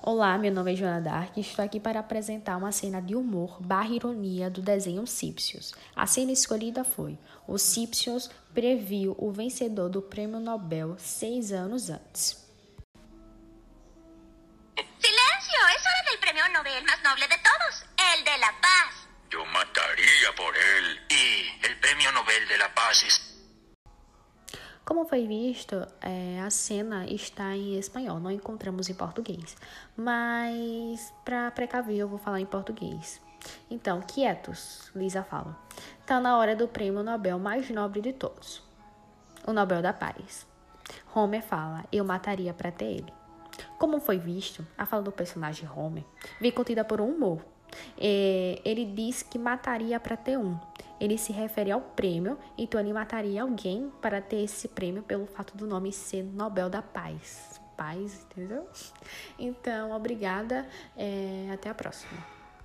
Olá, meu nome é Joana Dark e estou aqui para apresentar uma cena de humor barra ironia do desenho Simpsons. A cena escolhida foi: o Simpsons previu o vencedor do Prêmio Nobel 6 anos antes. ¡Silencio! Es hora del premio Nobel más noble de todos, el de la paz. Yo mataría por él. Y el premio Nobel de la Paz es... Como foi visto, a cena está em espanhol, não encontramos em português. Mas, para precaver, eu vou falar em português. Então, quietos, Lisa fala. Tá na hora do prêmio Nobel mais nobre de todos. O Nobel da Paz. Homer fala, eu mataria para ter ele. Como foi visto, a fala do personagem Homer vem contida por um humor. Ele diz que mataria para ter um. Ele se refere ao prêmio, então ele mataria alguém para ter esse prêmio pelo fato do nome ser Nobel da Paz. Paz, entendeu? Então, obrigada. Até a próxima.